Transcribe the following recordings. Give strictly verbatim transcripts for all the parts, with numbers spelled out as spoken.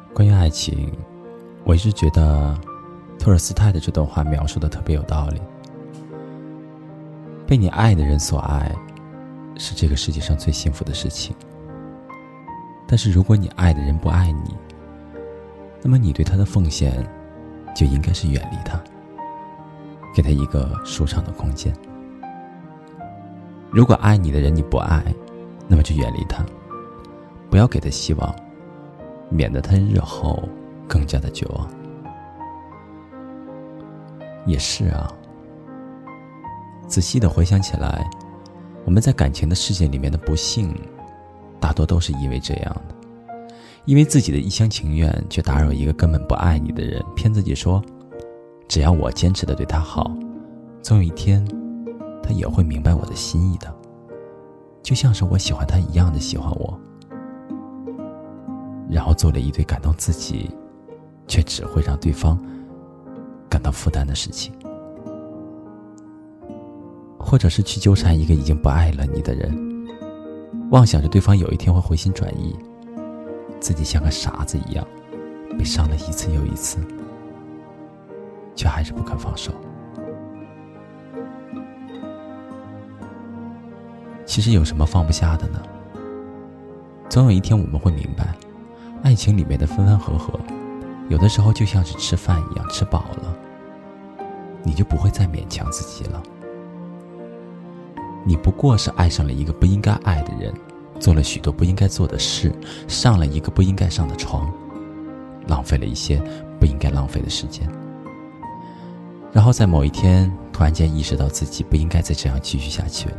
关于爱情，我一直觉得托尔斯泰的这段话描述的特别有道理。被你爱的人所爱，是这个世界上最幸福的事情。但是如果你爱的人不爱你，那么你对他的奉献就应该是远离他，给他一个舒畅的空间。如果爱你的人你不爱，那么就远离他，不要给他希望，免得他日后更加的绝望。也是啊，仔细的回想起来，我们在感情的世界里面的不幸，大多都是因为这样的，因为自己的一厢情愿，却打扰一个根本不爱你的人，骗自己说，只要我坚持的对他好，总有一天，他也会明白我的心意的，就像是我喜欢他一样的喜欢我。然后做了一堆感动自己，却只会让对方感到负担的事情。或者是去纠缠一个已经不爱了你的人，妄想着对方有一天会回心转意，自己像个傻子一样被伤了一次又一次，却还是不肯放手。其实有什么放不下的呢？总有一天我们会明白，爱情里面的分分合合，有的时候就像是吃饭一样，吃饱了你就不会再勉强自己了。你不过是爱上了一个不应该爱的人，做了许多不应该做的事，上了一个不应该上的床，浪费了一些不应该浪费的时间，然后在某一天突然间意识到自己不应该再这样继续下去了。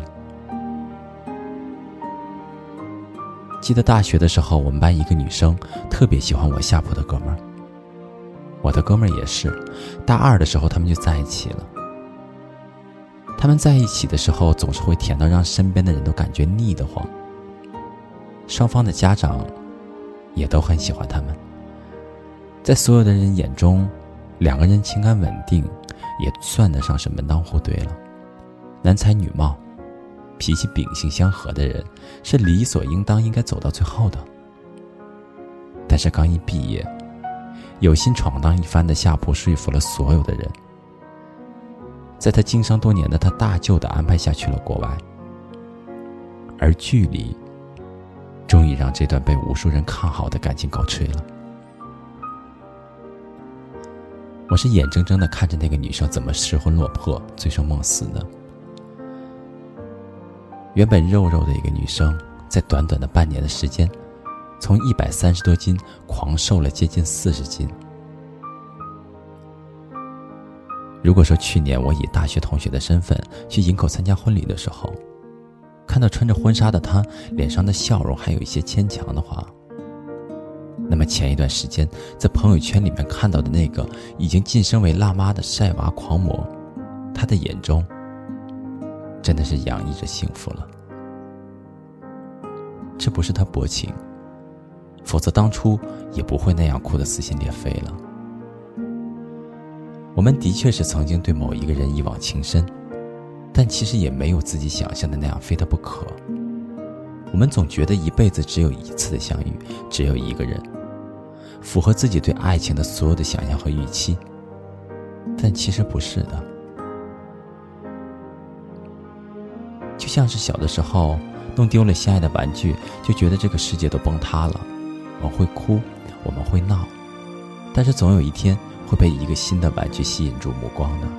记得大学的时候，我们班一个女生特别喜欢我下铺的哥们儿，我的哥们儿也是，大二的时候他们就在一起了。他们在一起的时候总是会甜到让身边的人都感觉腻得慌，双方的家长也都很喜欢他们，在所有的人眼中，两个人情感稳定，也算得上是门当户对了。男才女貌，脾气秉性相合的人是理所应当应该走到最后的。但是刚一毕业，有心闯荡一番的夏普说服了所有的人，在他经商多年的他大舅的安排下去了国外，而距离终于让这段被无数人看好的感情告吹了。我是眼睁睁地看着那个女生怎么失魂落魄，醉生梦死的。原本肉肉的一个女生，在短短的半年的时间，从一百三十多斤狂瘦了接近四十斤。如果说去年我以大学同学的身份去营口参加婚礼的时候，看到穿着婚纱的她脸上的笑容还有一些牵强的话，那么前一段时间在朋友圈里面看到的那个已经晋升为辣妈的晒娃狂魔，她的眼中真的是洋溢着幸福了。这不是她薄情，否则当初也不会那样哭得撕心裂肺了。我们的确是曾经对某一个人一往情深，但其实也没有自己想象的那样非他不可。我们总觉得一辈子只有一次的相遇，只有一个人，符合自己对爱情的所有的想象和预期，但其实不是的。就像是小的时候弄丢了心爱的玩具，就觉得这个世界都崩塌了，我们会哭，我们会闹，但是总有一天会被一个新的玩具吸引住目光的。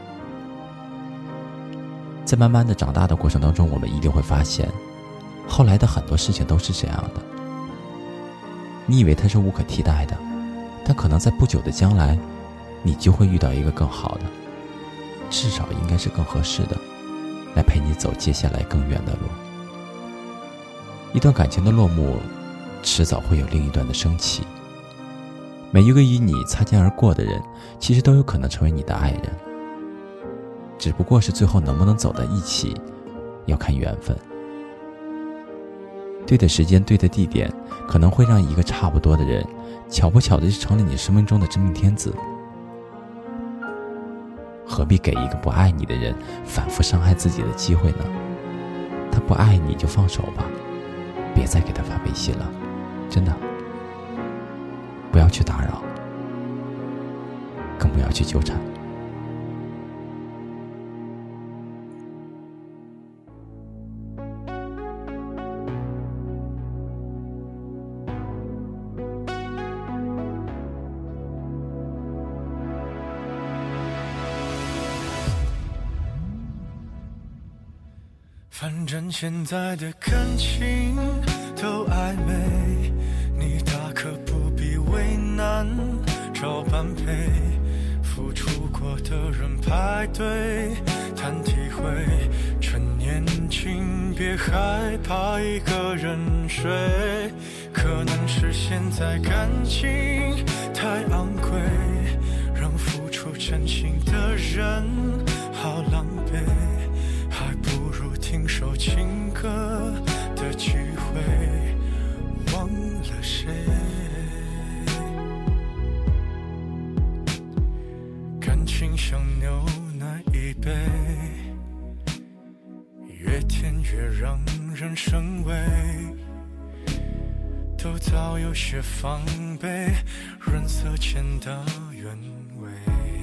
在慢慢的长大的过程当中，我们一定会发现，后来的很多事情都是这样的。你以为它是无可替代的，但可能在不久的将来，你就会遇到一个更好的，至少应该是更合适的，来陪你走接下来更远的路。一段感情的落幕，迟早会有另一段的升起。每一个与你擦肩而过的人，其实都有可能成为你的爱人，只不过是最后能不能走到一起，要看缘分。对的时间，对的地点，可能会让一个差不多的人，巧不巧的就成了你生命中的真命天子。何必给一个不爱你的人反复伤害自己的机会呢？他不爱你就放手吧，别再给他发微信了，真的。不要去打扰，更不要去纠缠。 反正现在的感情都暧昧，你大可不必为难，找般配，付出过的人排队谈体会，趁年轻别害怕一个人睡，可能是现在感情太昂贵，让付出真心的人好狼狈，还不如听首情歌的机会，忘了谁。感情像牛奶一杯，越甜越让人生畏，都早有些防备，润色前的原味。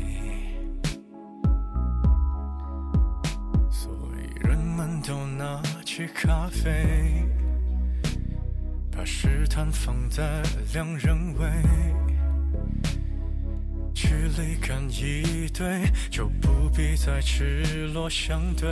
所以人们都拿起咖啡，把试探放在两人位，距离感一对，就不必再赤裸相对。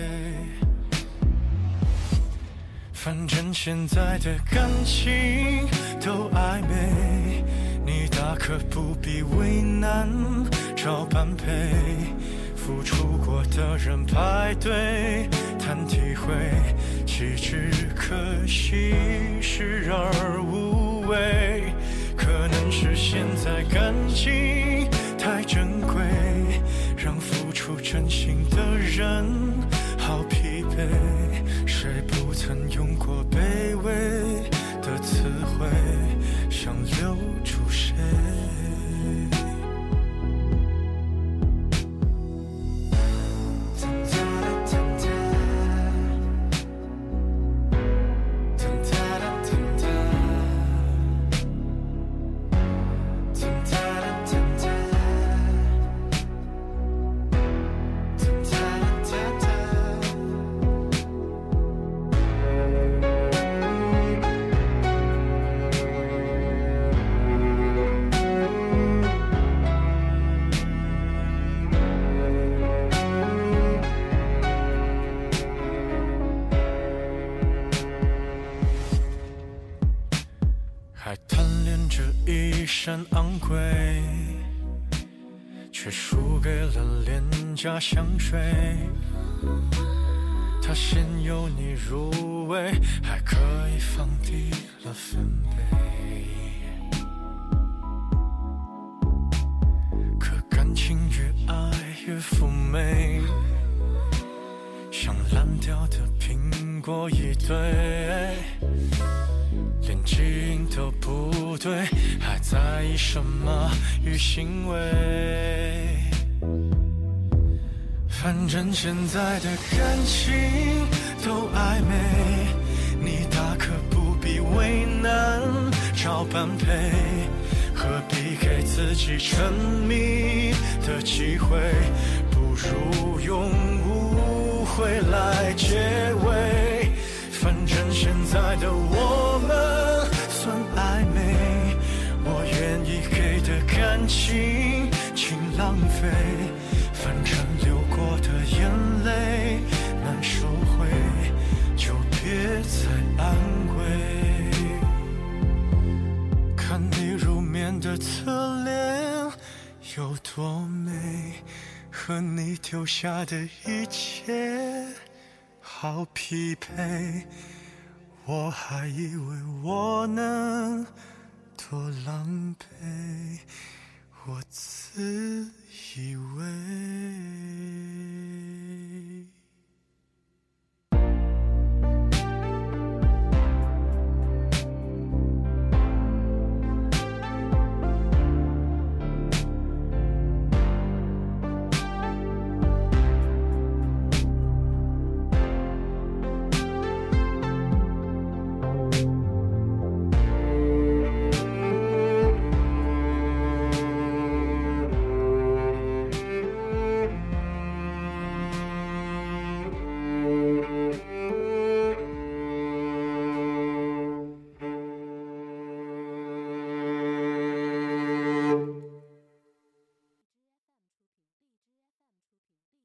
反正现在的感情都暧昧，你大可不必为难，找般配，付出过的人排队谈体会，岂知可惜视而无味，可能是现在感情太珍贵，让付出真心的人好疲惫，谁不曾用过卑微的词汇，想留住谁。还贪恋着一身昂贵，却输给了廉价香水。它先由你入味，还可以放低了分贝。可感情越爱越妩媚，像烂掉的苹果一堆，连基因都不对，还在意什么与行为？反正现在的感情都暧昧，你大可不必为难，找般配，何必给自己沉迷的机会？不如用误会来结尾。反正现在的我们算暧昧，我愿意给的感情请浪费，反正流过的眼泪难收回，就别再安慰。看你入眠的侧脸有多美，和你丢下的一切好匹配，我还以为我能多狼狈，我自以为。